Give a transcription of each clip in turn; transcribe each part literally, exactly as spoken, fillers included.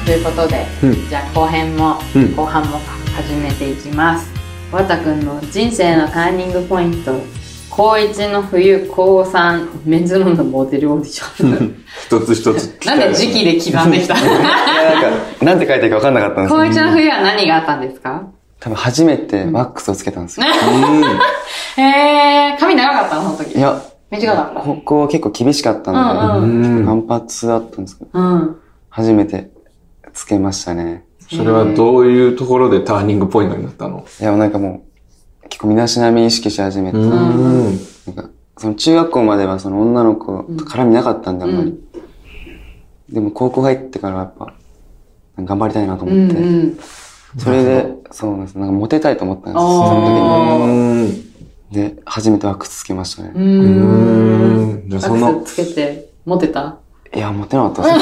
ということで、 うん、 じゃあ後編も、 うん、 後半も始めていきます。わたくんの人生のターニングポイント、高いちの冬、高さんメンズノンのモデルオーディション一つ一つなんで時期で刻んできたいやなんかなんて書いてるか分かんなかったんですよ。 高いちの冬は何があったんですか？ 多分初めてワックスをつけたんですよ。 うん、へー、髪長かったのその時？ いや、 短かった。 ここは結構厳しかったので、うんうん、反発だったんですけど、うん、初めてつけましたね。 それはどういうところでターニングポイントになったの？いや、なんかもう、結構身だしなみ意識し始めて、うん、なんかその中学校まではその女の子と絡みなかったんで、あんまり。うん、でも高校入ってからやっぱ、頑張りたいなと思って、うんうん、それで、そうなんです。なんかモテたいと思ったんです、その時に。で、初めてワックスつけましたね。うーん。ワックスつけて、モテた？ いや、モテなかったです。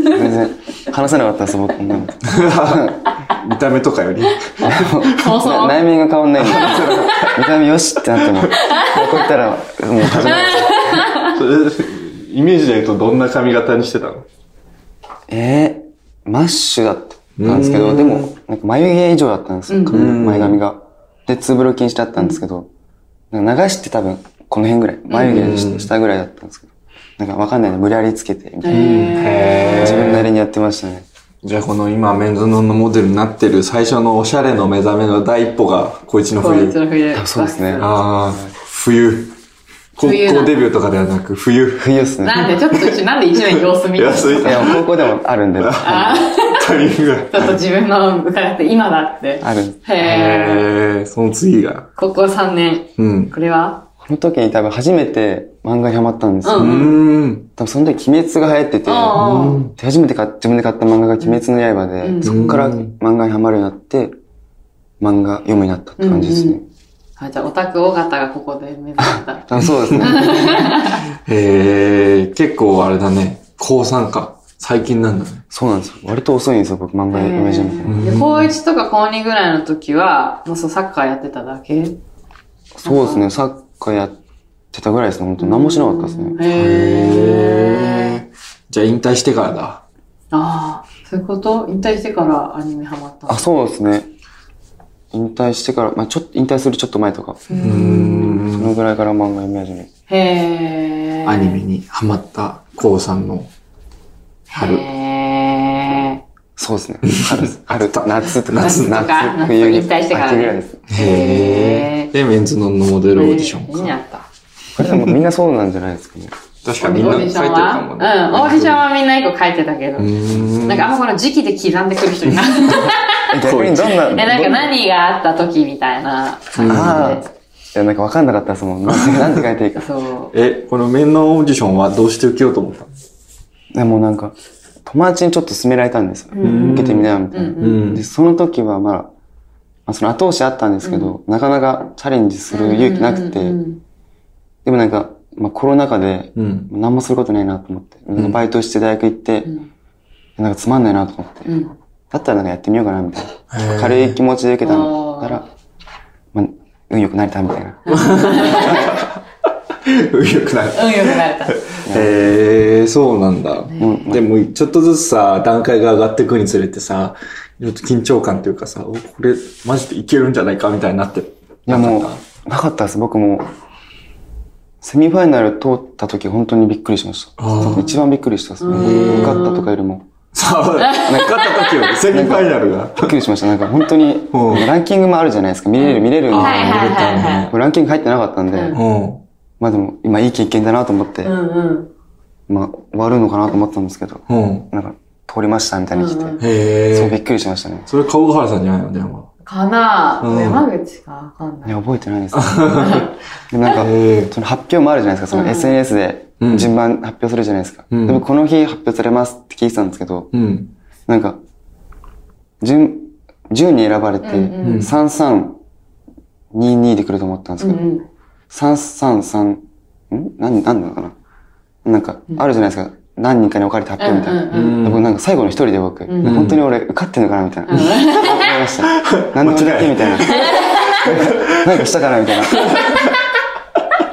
全然、話せなかったです、僕。 見た目とかより。 そうそう。 内面が変わんないんで。見た目よしってなっても、こう言ったら、もう始まる。 イメージで言うとどんな髪型にしてたの？ えー、マッシュだったんですけど、でも、なんか眉毛以上だったんですよ、前髪が。で、ツーブロキにしてあったんですけど、なんか流して多分、この辺ぐらい、眉毛下ぐらいだったんですけど、なんかわかんないの無理やりつけて、みたいな。へー。自分なりにやってましたね。 じゃあこの今メンズノンのモデルになってる最初のおしゃれの目覚めの第一歩が高一の冬。 高一の冬。 そうですね。 ああ、冬。高校デビューとかではなく冬。 冬ですね。 なんでちょっと、なんで一年様子見てる？ いや、高校でもあるんで。 あタイミングが。 ちょっと自分の伺って今だって。 ある。 へー。その次が。 高校さんねん。うん。これはこの時に多分初めて漫画にハマったんですよ。うん。多分その時鬼滅が流行ってて、うん、で初めて買自分で買った漫画が鬼滅の刃で、うん、そこから漫画にハマるようになって、漫画読むようになったって感じですね。うんうん、 あ、じゃあオタク尾形がここで目指した。 あ、そうですね。 へー、結構あれだね。高さんか。最近なんだね。 そうなんですよ。割と遅いんですよ、僕漫画読み始めて。 で、高いちとか高にぐらいの時は、もうそうサッカーやってただけ？ そうですね、サッカーやってたぐらいですね。本当に何もしなかったですね。 へー。じゃあ引退してからだ。ああ、そういうこと？引退してからアニメハマったの？ あ、そうですね。引退してから、まあちょっと、引退するちょっと前とか。うーん。そのぐらいから漫画読み始め。 へー。 アニメにハマった高さんの春。 へー。 そうですね。春、春と、夏とか、 夏とか、冬引退してから、ね。 秋ぐらいです。 へー。で、メンズノンのモデルオーディションか。 になった。 これでもみんなそうなんじゃないですかね。 確かにみんな書いてるかもね。 うん、オーディションはみんな一個書いてたけど。なんかあんまこの時期で刻んでくる人いない。 逆にどんな。 え、なんか何があった時みたいな感じで。 ああ。いや、なんかわかんなかったですもん。なんて書いていいか。 そう。 え、このメンノンオーディションはどうして受けようと思ったの？ でもなんか、友達にちょっと勧められたんですよ。受けてみなよ、みたいな。で、その時はまあ、まあ、その後押しあったんですけど、なかなかチャレンジする勇気なくて、でもなんか、まあコロナ禍で、何もすることないなと思って、なんかバイトして大学行って、なんかつまんないなと思って、だったらなんかやってみようかな、みたいな。軽い気持ちで受けたら、まあ、運良くなれた、みたいな。 運良くなれた。 運良くなれた。 へー、そうなんだ。でも、ちょっとずつさ、段階が上がっていくにつれてさ、ちょっと緊張感というかさ、これ、マジでいけるんじゃないかみたいになって。いや、もう、なかったです。僕も、セミファイナル通った時本当にびっくりしました。一番びっくりしたですね。受かったとかよりも。 そう、受かった時よりセミファイナルが。 びっくりしました。なんか本当に、ランキングもあるじゃないですか。見れる、見れるんで。ランキング入ってなかったんで、まあでも、今いい経験だなと思って、まあ終わるのかなと思ったんですけど、なんか通りましたみたいに来て、そうびっくりしましたね。 それ川原さんじゃないの電話。 かなぁ、山口かわかんない。 いや、覚えてないです。でなんか、その発表もあるじゃないですか。その エスエヌエス で順番発表するじゃないですか。でもこの日発表されますって聞いてたんですけど、なんか、順、じゅうに選ばれて、さんさんににで来ると思ったんですけど、さんさんさん、ん何、何なのかななんか、あるじゃないですか。何人かに分かれて発表みたいな。僕なんか最後の一人で僕、本当に俺受かってんのかなみたいな。思いました。何でもできみたいな。なんかしたかなみたいな。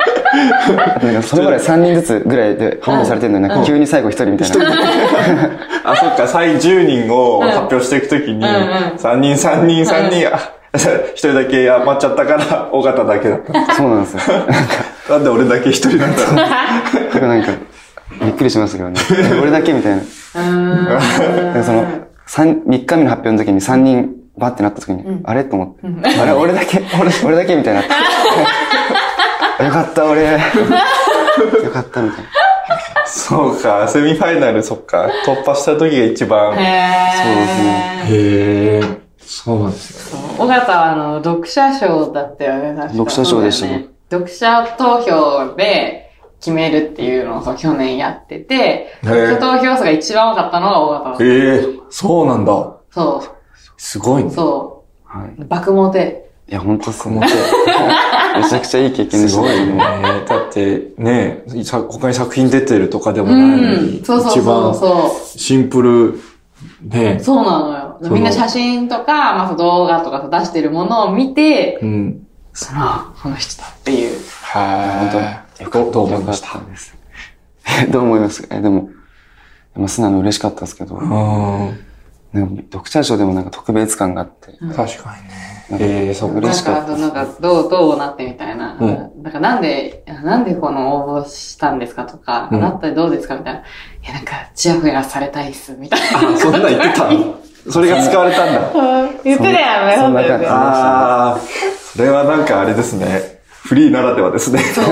なんかそれまでさんにんずつぐらいで発表されてるのに、なんか急に最後ひとりみたいな。 あ、そっか、最じゅうにんを発表していくときに、さんにん、さんにん、さんにん、ひとりだけ余っちゃったから、尾形だけだった。 そうなんですよ。 なんで俺だけひとりなんだろう。 だからなんか、びっくりしましたけどね。俺だけみたいな。その、みっかめの発表の時にさんにんバッてなった時に、あれと思って。あれ、俺だけ、俺、俺だけみたいになって。よかった、俺。よかった、みたいな。 そうか、セミファイナル、そっか、突破した時が一番。 へー。 そうですね。へー。そうなんですよ。 尾形はあの、読者賞だったよね、確か。 読者賞でしたね。 読者投票で決めるっていうのを去年やってて、読者投票数が一番多かったのが尾形だった。 へー。そうなんだ。 そう。 すごいね。 そう。 はい。 爆モテ。 いや、ほんとすごい。めちゃくちゃいい経験でしたね。 すごいね。だって、ね、他に作品出てるとかでもないのに、 そうそうそうそう。 シンプル、ね。 そうなのよ。みんな写真とか、まあ、動画とか出してるものを見て、うん、その、この人だっていう。 はい。本当どう思いました？ どう思いますか？え、でも、でも素直に嬉しかったですけど、読者賞でもなんか特別感があって。 確かにね。ええー、そう、嬉しかった。 なんか、なんか、どう、どうなってみたいな。うん、なんか、なんで、なんでこの応募したんですかとか、うん、あなたどうですかみたいな。いや、なんか、チヤホヤされたいっす、みたいな。 あ、そんな言ってたの？それが使われたんだ。 言ってたよね、 そんな感じ。ああ、それはなんかあれですね。フリーならではですね。 そう、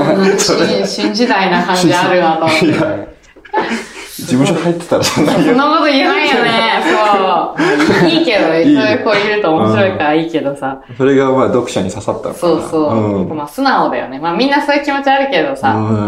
新時代な感じあるわと思って。 事務所入ってたらそんなそんなこと言えないよね。そう。いいけど、そういう子いると面白いからいいけどさ。 それがまあ読者に刺さったのかな。 そうそう。うん、まあ素直だよね。まあみんなそういう気持ちあるけどさ。うん。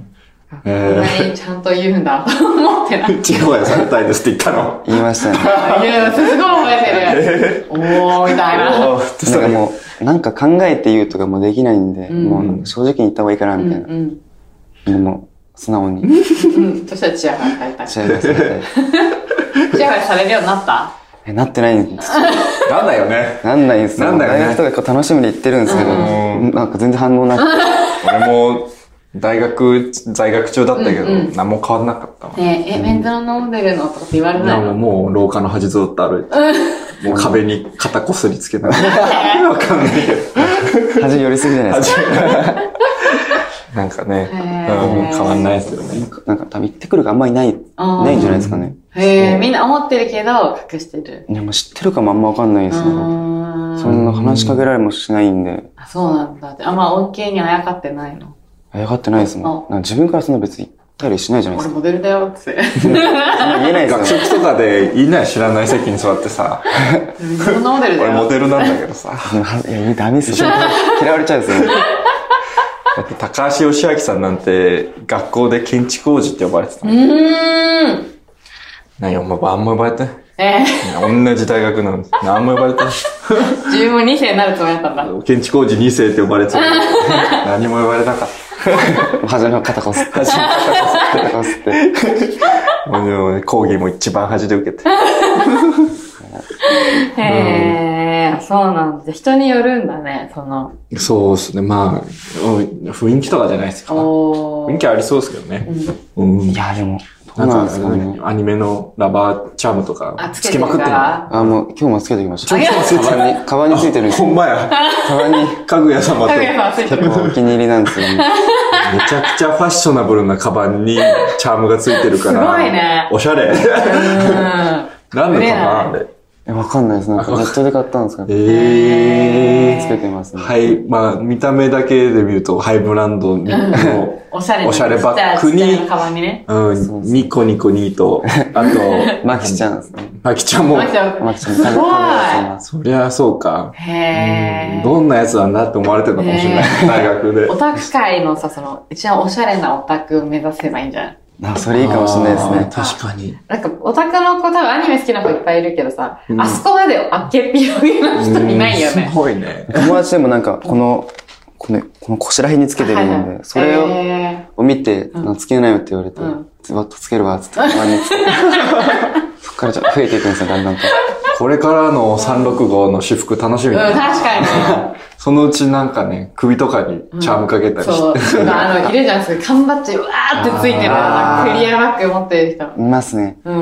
えー、こんなにちゃんと言うんだと思ってな。 チヤホヤされたいですって言ったの？ 言いましたね。 いや、すごい覚えてる。おー、みたいな。 なんかもう、なんか考えて言うとかもできないんで、もう正直に言った方がいいかな、みたいな。でも、素直に。 うん。そしたらチヤホヤされたい。 チヤホヤされたい。 チヤホヤされるようになった？ え、なってないんです。 なんだよね。 なんないんですよ。 なんだよね。 大学とか楽しみに行ってるんですけど、なんか全然反応なくて。 俺も、大学、在学中だったけど、何も変わんなかったわ。 え、え、メンズの飲んでるのとかって言われないの？ もう廊下の端ずっと歩いて。もう壁に肩こすりつけながら。わかんないけど。 端寄りすぎじゃないですか。 なんかね、変わんないですよね。 なんか多分行ってくるがあんまりない、ないんじゃないですかね。 へえ、みんな思ってるけど隠してる。 いや、もう知ってるかもあんまわかんないですね。そんな話しかけられもしないんで。 あ、そうなんだって。あんま恩恵にあやかってないの？ あやかってないですもん。なんか自分からそんな別に言ったりしないじゃないですか。 俺モデルだよって。 言えないですよ。 学食とかでいない知らない席に座ってさ。 自分のモデルだよ。 俺モデルなんだけどさ。 いや、ダメですよ。嫌われちゃうんですよ。 だって高橋義明さんなんて学校で建築王子って呼ばれてたの。うーん。 何お前あんま呼ばれてない。 えー、同じ大学なのに。何も呼ばれてない。 自分もに世になるつもりだったんだ。 建築王子に世って呼ばれてたのに。何も呼ばれなかった。 端の肩こすって。 端の肩こすって。もう講義も一番端で受けて。 へえ、そうなんだ。人によるんだね、その。 そうですね。まあ、雰囲気とかじゃないですか。雰囲気ありそうですけどね。 うんうん、いや、でも、どうなんですかね。 アニメのラバーチャームとかつけまくってる。 あ、もう今日もつけてきました。 今日もつけてる。 カバンについてるんですよ。 ほんまや。 カバンに。 かぐや様と。 かぐや様ついてる。 お気に入りなんですよね。 めちゃくちゃファッショナブルなカバンにチャームがついてるから。 すごいね。 おしゃれ。なんでかなあれ。 わかんないです。なんかネットで買ったんですかね。 えー。つけてますね。 はい。まあ、見た目だけで見ると、ハイブランドのおしゃれおしゃれバッグに、 カバンにね。 うん、ニコニコニーと、あと、 マキちゃんですね。 マキちゃんも。 マキちゃん。 マキちゃん。すごい。 そりゃそうか。 へー。 どんなやつなんだって思われてるのかもしれない。大学で。 オタク界のさ、その、一番おしゃれなオタクを目指せばいいんじゃないあ、それいいかもしれないですね。 確かに。 なんか、オタクの子多分アニメ好きな子いっぱいいるけどさ、うん、あそこまであっけっぴろげの人いないよね。 すごいね。 友達でもなんか、この、この、この腰ら辺につけてるんで、はいはい、それを、えー、を見て、うん、つけないよって言われて、ズバッとつけるわ、つって、たまにつけて。そっからじゃ増えていくんですよ、だんだんと。 これからのさんろくごの私服楽しみだうん、 ね。 確かに。 そのうちなんかね、首とかにチャームかけたりして。 そう。あの、いるじゃないですか。缶バッジ、うわーってついてる。なんかクリアバッグ持ってる人。 いますね。 うん。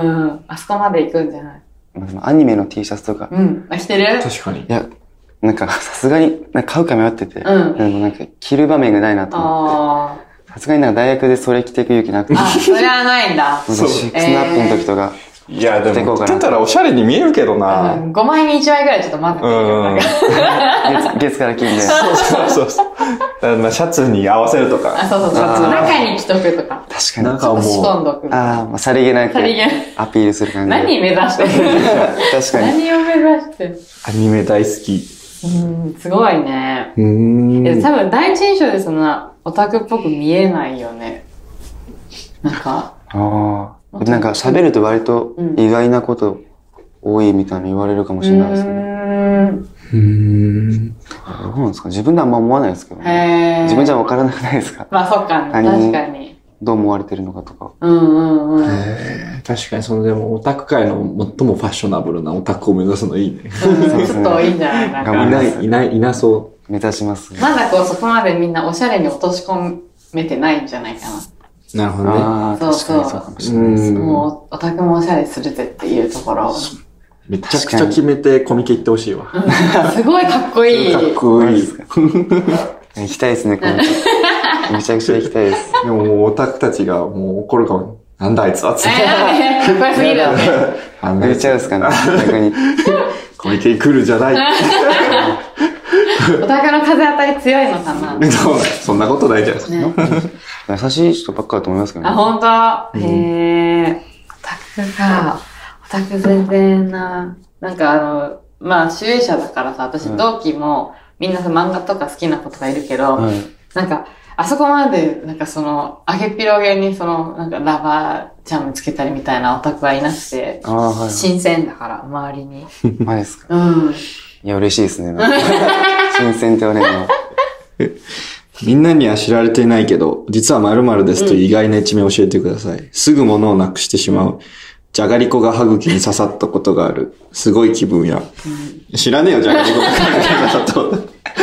あそこまで行くんじゃない？ まあでもアニメの T シャツとか。 うん。あ、着てる？ 確かに。 いや、なんかさすがに、なんか買うか迷ってて。 うんでもなんか着る場面がないなと思って。さすがになんか大学でそれ着ていく勇気なくて。 あ、それはないんだ。 そう。シックスナップの時とか。 いや、でも、着てたらおしゃれに見えるけどな。 ごまいにいちまいぐらいちょっと混ぜてうん。 月、月から金で。 そうそうそう。まあシャツに合わせるとか。 あ、そうそうそう。中に着とくとか。 確かに。 なんかもう。 仕込んどく。 ああ、まあ、さりげなく。 さりげアピールする感じ。 何目指してる？ 確かに。 何を目指してる？ アニメ大好き。 うん、すごいね。 うん。 多分第一印象でそんなオタクっぽく見えないよね。なんか。 ああ。なんか喋ると割と意外なこと多いみたいに言われるかもしれないですね。うーん。 うーん。 どうなんですか？自分ではあんま思わないですけどね。 へー。 自分じゃ分からなくないですか？ まあそっか、確かに。 どう思われてるのかとか。 うんうんうん。 へー確かにそのでもオタク界の最もファッショナブルなオタクを目指すのいいね。 うん、ちょっといいんじゃないなんか。 いない、いない、いなそう。目指します。 まだこうそこまでみんなおしゃれに落とし込めてないんじゃないかな。 なるほどね。 ああ、確かにそうかもしれないです。 もうオタクもおしゃれするぜっていうところを。 めちゃくちゃ決めてコミケ行ってほしいわ。 すごいかっこいい。 かっこいい。 行きたいですね、コミケ。めちゃくちゃ行きたいです。 でももうオタクたちがもう怒るかも。なんだあいつはつって。 かっこよすぎるよね。 言っちゃうんですかね、逆に。 コミケ来るじゃない。 オタクの風当たり強いのかな。 そんなことないじゃないですか。優しい人ばっかだと思いますけどね。 あ、ほんと？へー。オタクか。オタク全然な。なんかあの、まあ、主演者だからさ、私同期もみんなさ漫画とか好きな子とかいるけど、なんか、あそこまで、なんかその、あげっぴろげにその、なんかラバーチャームつけたりみたいなオタクはいなくて、新鮮だから、周りに。 マジですか？ うん。 いや、嬉しいですね。新鮮って言われるの。 みんなには知られていないけど、実は〇〇ですという意外な一面を教えてください。すぐ物をなくしてしまう。じゃがりこが歯茎に刺さったことがある。すごい気分や。うん、知らねえよ、じゃがりこが歯茎に刺さったこと。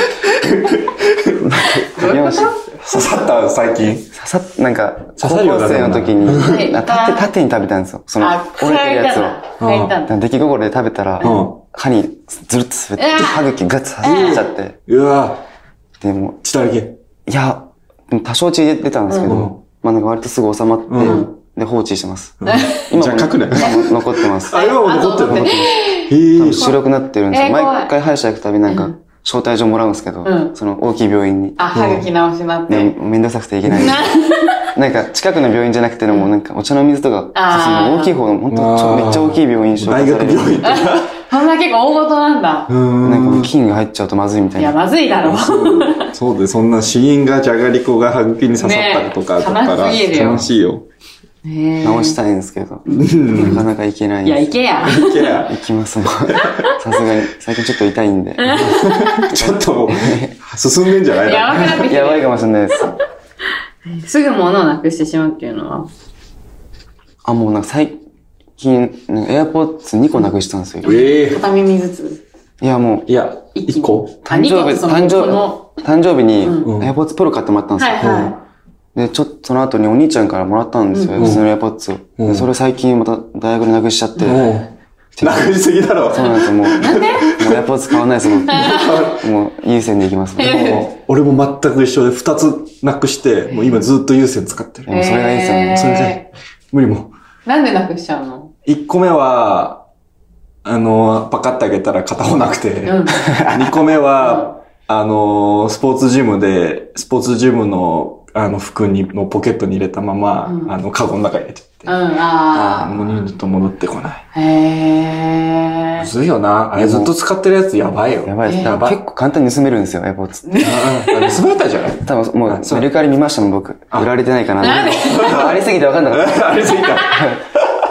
刺さった最近。 刺さっ、なんか、高校生の時に、縦、縦に食べたんですよ。その、折れてるやつを。出来心で食べたら、歯にずるっと滑って、歯茎ガッツ刺さっちゃって。 うわでも、 血だらけ。 いや、でも多少血出たんですけど、まあなんか割とすぐ収まって、で、放置してます。 今も書くね。 残ってます。 あ、今も残ってるの？ 残ってます。へぇ白くなってるんですよ。毎回歯医者行くたびなんか、招待状もらうんですけど、その大きい病院に。 あ、歯茎直しなって。 めんどくさくていけない。なんか、近くの病院じゃなくても、なんか、お茶の水とか、大きい方の、ほんと、めっちゃ大きい病院紹介される。 大学病院とか。 そんな結構大事なんだ。 なんか、菌が入っちゃうとまずいみたいな。 いや、まずいだろ。 そうで、そんな死因がじゃがりこが歯茎に刺さったことかだったら、悲しいよ。 直したいんですけど、なかなかいけない。 いや、いけや。 いけや。 行きますもん。さすがに、最近ちょっと痛いんで。 ちょっと、進んでんじゃないの？ やばくなってきて。 やばいかもしれないです。 すぐ物をなくしてしまうっていうのはあ、もうなんか最近、エアポッツにこなくしたんですよ。 ええ。 片耳ずつ。 いや、もう。 いや、いっこ誕生日、誕生日、誕生日にエアポッツプロ買ってもらったんですよ。はいはい。で、ちょっとその後にお兄ちゃんからもらったんですよ。普通のエアポッツを。で、それ最近また大学でなくしちゃって。 なくしすぎだろ。 そうなんですよ、もう。なんで？もうエアポッツ買わないですもん。もう、有線でいきますね。俺も全く一緒で二つなくして、もう今ずっと有線使ってる。 それがいいですよね。 それで、無理も。 なんでなくしちゃうの？ 一個目は、あの、パカッてあげたら片方なくて。二個目は、あの、スポーツジムで、スポーツジムの、あの、服に、のポケットに入れたまま、うん、あの、カゴの中に入れちゃって。 うん、ああ。 もう二度と戻ってこない。 へー。 むずいよな。あれずっと使ってるやつやばいよ。 やばいです。やばい。結構簡単に盗めるんですよ、エアポッツって。 盗まれたじゃん。 多分、もう、メルカリ見ましたもん、僕。売られてないかな。ありすぎてわかんなかった。 ありすぎた。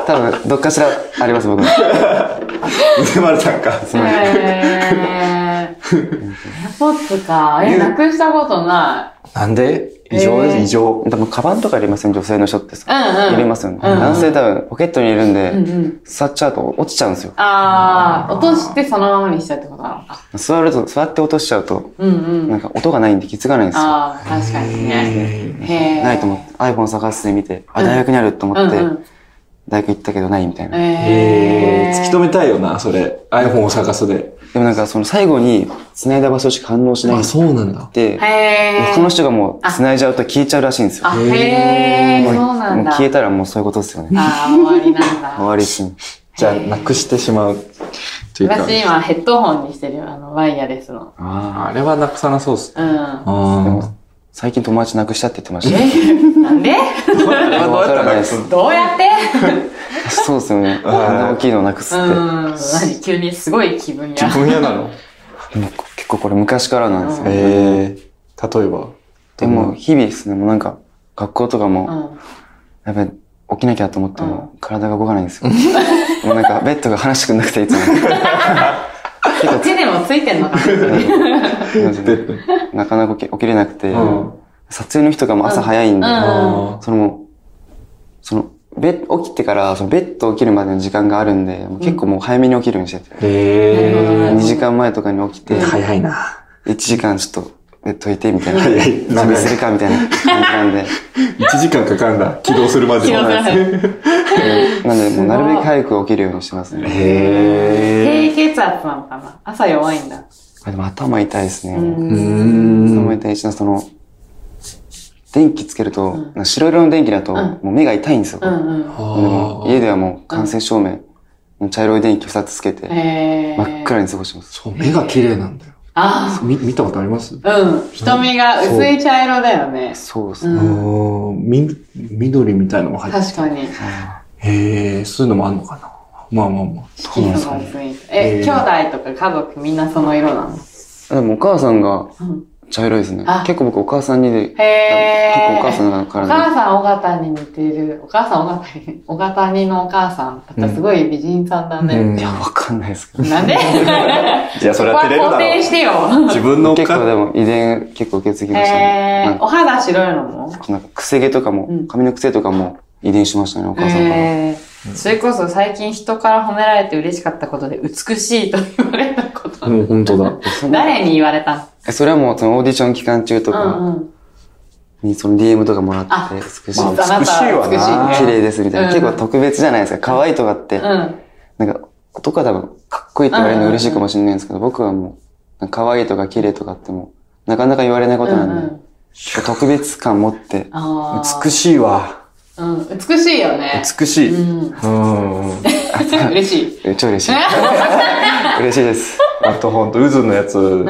多分、どっかしらあります、僕も。 盗まれたんか。 へー。AirPods か。え、なくしたことない。 なんで異常です、異常。 多分、カバンとか入れません、女性の人ってさ。 うんうん。 入れますよね。 うんうん、 男性多分、ポケットに入れるんで、 うんうん、 座っちゃうと落ちちゃうんですよ。 あー、落としてそのままにしちゃうってことなのか。 座ると、座って落としちゃうと、 うんうん、 なんか音がないんで気づかないんですよ。 あー、確かにね。 へー。ないと思って、iPhone 探してみて、あ、大学にあると思って、うんうん、大学行ったけどないみたいな。 へー。突き止めたいよな、それ。iPhone を探すで。 でもなんかその最後に繋いだ場所しか反応しない。 あ、そうなんだ。 で、他の人がもう繋いじゃうと消えちゃうらしいんですよ。 あ、へー。そうなんだ。 もう消えたらもうそういうことですよね。 あー、終わりなんだ。 終わりですね。 じゃあ、なくしてしまう。 私今ヘッドホンにしてるよ。あの、ワイヤレスの。 ああ、あれはなくさなそうっす。 うん。ああ。 でも、最近友達なくしたって言ってました。 えなんでどうやってなくすどうやってそうですよね。あんな大きいのなくすって。うん。 何急にすごい気分屋。 気分屋なの結構これ昔からなんですよ。 へえ。例えばでも、日々ですね、もうなんか、学校とかも、やっぱり起きなきゃと思っても、体が動かないんですよ。もうなんか、ベッドが離してくんなくていつも。 手でもついてんのかなかなか起きれなくて、撮影の日とかも朝早いんで、その、その、ベッ、起きてから、そのベッド起きるまでの時間があるんで、結構もう早めに起きるようにしてて。へー。にじかんまえとかに起きて、 早いな。 いちじかんちょっと、ベッドいて、みたいな。早い。何するか、みたいな感じなんで。 いちじかんかかるんだ。起動するまで。 起動するまで。 なんで、もうなるべく早く起きるようにしてますね。 へー。低血圧なのかな？朝弱いんだ。 あ、でも頭痛いですね。頭痛いし、その、電気つけると、うん、白色の電気だと、もう目が痛いんですよ。うんうん、でも家ではもう間接照明、うん、茶色い電気ふたつつけて、真っ暗に過ごします。 そう、目が綺麗なんだよ。 ああ。 見、見たことあります？ うん。瞳が薄い茶色だよね。 そうですね。 うん、み、緑みたいなのも入ってる。 確かに。 へえ、そういうのもあんのかな。まあまあまあ。 そうなんですね。え、兄弟とか家族みんなその色なの？ でもお母さんが、茶色いですね。結構僕お母さんにで、 へ結構お母さんだからね。お母さん尾形に似てる。お母さん尾形に、尾形にのお母さんだったらすごい美人さんだね。 うん、いや、わかんないですけど。 なんでいや、それは照れるだろ。 肯定してよ。 自分の結構でも遺伝結構受け継ぎましたね。 へー。お肌白いのもなんか、くせ毛とかも、髪の癖とかも遺伝しましたね、お母さんから。 へー。それこそ最近人から褒められて嬉しかったことで美しいと言われたこと。 もう本当だ。 誰に言われたの？それはもうそのオーディション期間中とかにその ディーエム とかもらって美しい。 まあ、美しいわな。 綺麗ですみたいな。結構特別じゃないですか。可愛いとかって。なんか、男は多分かっこいいって言われるの嬉しいかもしれないんですけど、僕はもう、可愛いとか綺麗とかっても、なかなか言われないことなんで、特別感持って、 美しいわ。 うん、美しいよね。 美しい。 うん。嬉しい。 超嬉しい。嬉しいです。 あとほんと、渦のやつ、うん、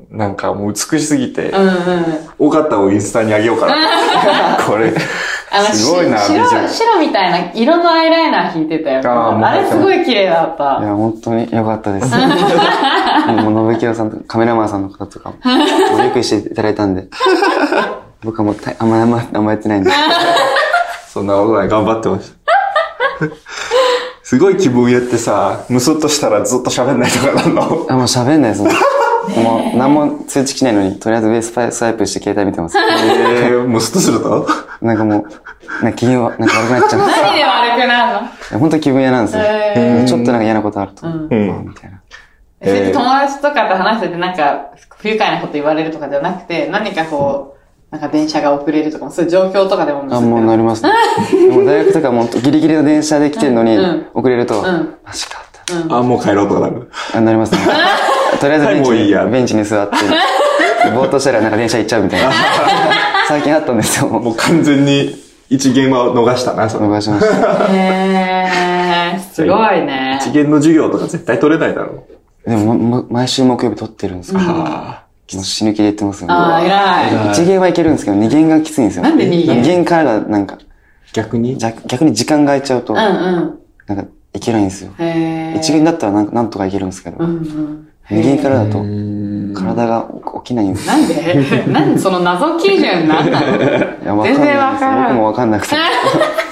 なんかもう美しすぎて、尾形をインスタにあげようかな。これ、すごいな、 白、白みたいな色のアイライナー引いてたよ。あれすごい綺麗だった。 いや、本当に良かったです。もう、信清さんとかカメラマンさんの方とかも、よくしていただいたんで、僕はもうあんま、あんま、あんまやってないんで。 そんなことない、頑張ってました。すごい気分やってさ、むすっとしたらずっと喋んないとかなんの。 あ、もう喋んないですね。もう、何も通知来ないのに、とりあえず上スパイスワイプして携帯見てます。 えー、むすっとするとなんかもう、なんか気分は、なんか悪くなっちゃう。 何で悪くなるの？ 本当気分屋なんですよ。えー、ちょっとなんか嫌なことあると。うん。みたいな。 えー、友達とかと話しててなんか、不愉快なこと言われるとかじゃなくて、何かこう、なんか電車が遅れるとか、そういう状況とかでもあ、もうなりますね。もう大学とかもギリギリの電車で来てるのに、遅れると、マジかって。あ、もう帰ろうとかなる。 あ、なりますね。とりあえずベンチに、ベンチに座って、ぼーっとしたらなんか電車行っちゃうみたいな。最近あったんですよ。 もう完全に一限は逃したな、それ。逃しました。 へー、すごいね。 一限の授業とか絶対取れないだろう。でも、毎週木曜日取ってるんですよ。もう死ぬ気で言ってますよね。 ああ、偉い。 一限はいけるんですけど、二限がきついんですよ。 なんで二限？ 二限からがなんか、 逆に逆に時間が空いちゃうと、 うんうん。 なんか、いけないんですよ。 へー。 一限だったらなんなんとかいけるんですけど、うんうん、二限からだと、体が起きないんです。 なんでなんでその謎基準なんなの？いや、全然わからない。 僕もわかんなくて。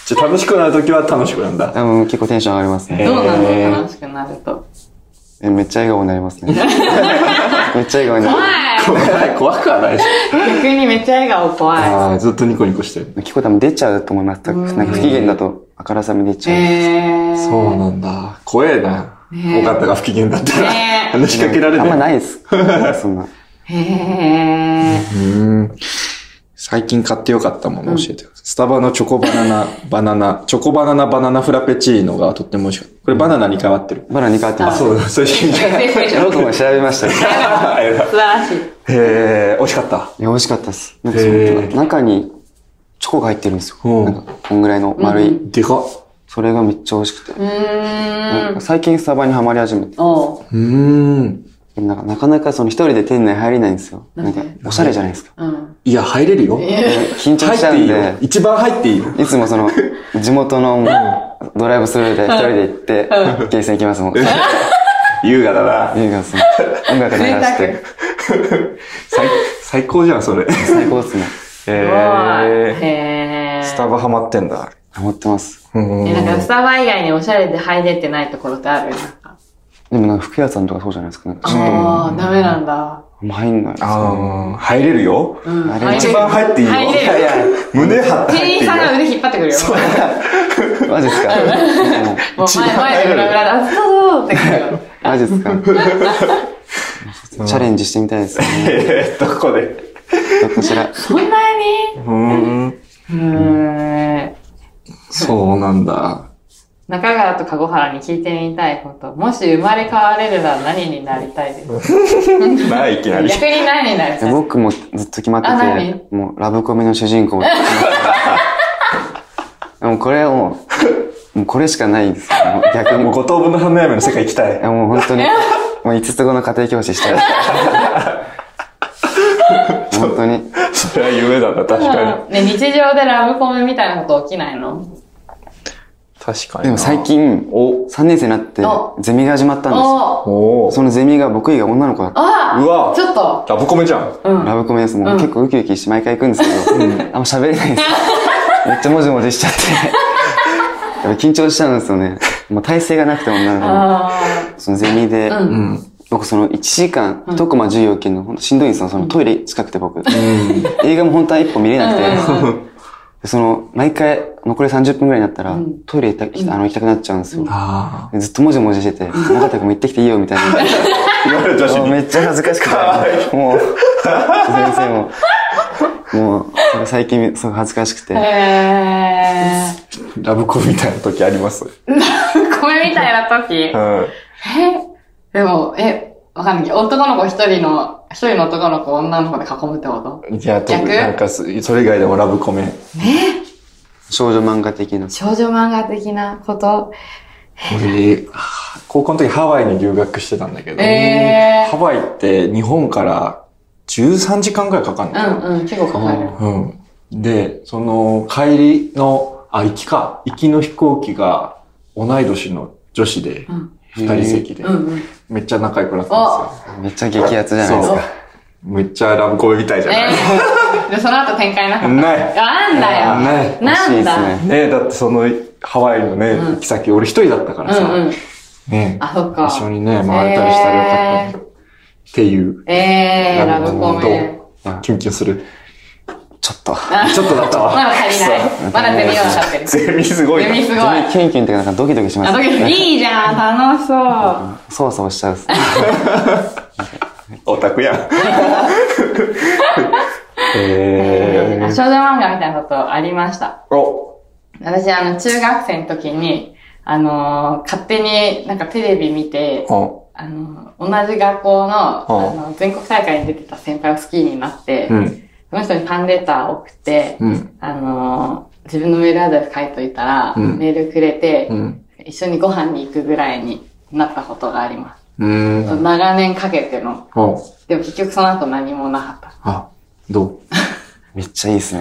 じゃあ楽しくなるときは楽しくなんだ。 多分結構テンション上がりますね。 どうなの楽しくなると。 え、めっちゃ笑顔になりますね。めっちゃ笑顔になる。 怖い怖い、怖くはないし。 逆にめっちゃ笑顔怖い。 ああ、ずっとニコニコしてる。 結構多分出ちゃうと思います。なんか不機嫌だとあからさまに出ちゃう。 へー。 そうなんだ。怖えな。 ね尾形が不機嫌だったら。 ね話しかけられない。 あんまないです。そんな。 へー。 うん。最近買ってよかったもの教えてください。スタバのチョコバナナ、バナナ、チョコバナナバナナフラペチーノがとっても美味しかった。これバナナに変わってる。 バナナに変わってます。 そうだ、それ知りたい。 僕も調べましたよ。 素晴らしい。 へー、美味しかった。 いや、美味しかったです。なんかその中にチョコが入ってるんですよ。なんか、こんぐらいの丸い。 でかっ。 それがめっちゃ美味しくて。 うーん。 最近スタバにハマり始めて。 おう。 うーん。 なんかなかなかその一人で店内入れないんですよ。なんか、おしゃれじゃないですか。 うん。 いや、入れるよ。 緊張しちゃうんで。 一番入っていいよ。 いつもその、地元のドライブスルーで一人で行って、ゲーセン行きますもん。 優雅だな。 優雅ですね。音楽流して。 最、最高じゃん、それ。 最高ですね。 へへー。 ー。スタバハマってんだ。 ハマってます。 え、なんかスタバ以外におしゃれで入れてないところってある？なんか。 でもなんか服屋さんとかそうじゃないですか。なんかちょっと。 ああ、ダメなんだ。 あんま入んないですね。 ああ、入れるよ。 うん。 一番入っていいよ。 入れる。 いやいや、胸張って入っていいよ。 店員さんが腕引っ張ってくるよ。 マジですか？ もう前、前で裏裏で、あ、そうそうってくるよ。 マジですか？チャレンジしてみたいですね。 えー、どこでどこしら。 そんなにうーん。 うーん。 そうなんだ。 中川と籠原に聞いてみたいこと。もし生まれ変われるなら何になりたいですか？ ない、いきなり。 逆に何になりたい？ 僕もずっと決まってて、もうラブコメの主人公。もうこれはもう、もうこれしかないですよ。逆に。 もう五等分の花嫁の世界行きたい。 いやもう本当に、もう五つ子の家庭教師したい。本当に。 それは夢だな、確かに。ね、日常でラブコメみたいなこと起きないの？ 確かに。 でも最近、さんねん生になって、ゼミが始まったんですよ。そのゼミが僕以外女の子だった。 あうわちょっとラブコメじゃん。 うん、ラブコメです。もう結構ウキウキして毎回行くんですけど、あんま喋れないんですよ。めっちゃもじもじしちゃって。やっぱ緊張しちゃうんですよね。もう体勢がなくて女の子の。そのゼミで、僕そのいちじかん、一コマ授業受けるのほんとしんどいんですよ。そのトイレ近くて僕。映画も本当は一歩見れなくて。その、毎回、残りさんじゅっぷんくらいになったら、トイレ行きた、あの、行きたくなっちゃうんですよ。ずっともじもじしてて、中田君も行ってきていいよ、みたいな。 言われたし。 めっちゃ恥ずかしくて、もう、先生も、もう、それ最近、すごい恥ずかしくて。 へー。ラブコメみたいな時あります？ ラブコメみたいな時？うん。えでも、え、わかんないけど、男の子一人の、一人の男の子を女の子で囲むってこと？ いや、特になんか、それ以外でもラブコメ。 ね少女漫画的な。 少女漫画的なこと。 俺、高校の時ハワイに留学してたんだけど、 えー、 ハワイって日本からじゅうさんじかんくらいかかるの。 うんうん、結構かかる。 うん。で、その、帰りの、あ、行きか、行きの飛行機が同い年の女子で、二人席で、めっちゃ仲良くなったんですよ。 めっちゃ激アツじゃないですか。 めっちゃラブコメみたいじゃない、 えー、で、その後展開なかった？ ない。 あんだよ。 ない。 なんだ。 ねだってその、ハワイのね、行き先、俺一人だったからさ、ねあ、そっか。 一緒にね、回れたりしたらよかったっていう。 えー、ラブコメ。 キュンキュンする。 ちょっと。 ちょっとだったわ。 まだ足りない。まだゼミは立ってる。 ゼミすごい。 ゼミすごい。 キュンキュンってなんかドキドキします。 あ、ドキドキ。いいじゃん、楽しそう。 そわそわしちゃうっす。 オタクやん。 えー、少女漫画みたいなことありました。 お私、あの、中学生の時に、あのー、勝手になんかテレビ見て、あの、同じ学校の、あの、全国大会に出てた先輩を好きになって、うん、その人にファンレターを送って、うん、あのー、自分のメールアドレス書いといたら、うん、メールくれて、うん、一緒にご飯に行くぐらいになったことがあります。うん長年かけての。でも結局その後何もなかった。 あ、どうめっちゃいいっすね。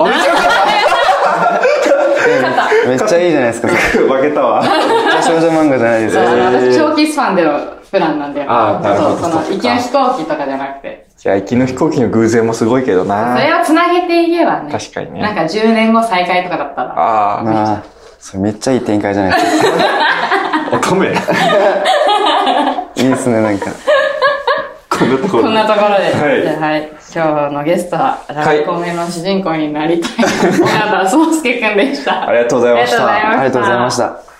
めっちゃいいじゃないですか。 負けたわ。めっちゃ少女漫画じゃないですか。 私長期スパンでのプランなんだよ。 ああ、なるほど。 そう、その、行きの飛行機とかじゃなくて。 いや、行きの飛行機の偶然もすごいけどな。 それを繋げていけばね。 確かにね。 なんかじゅうねんご再会とかだったら。 ああ、 それめっちゃいい展開じゃないですか。 乙女。いいですね、なんか。 こんなところで。 こんなところで。 はい。 じゃあはい。今日のゲストは、ラブコメの主人公になりたい、小川宗介くんでした。 ありがとうございました。 ありがとうございました。 ありがとうございました。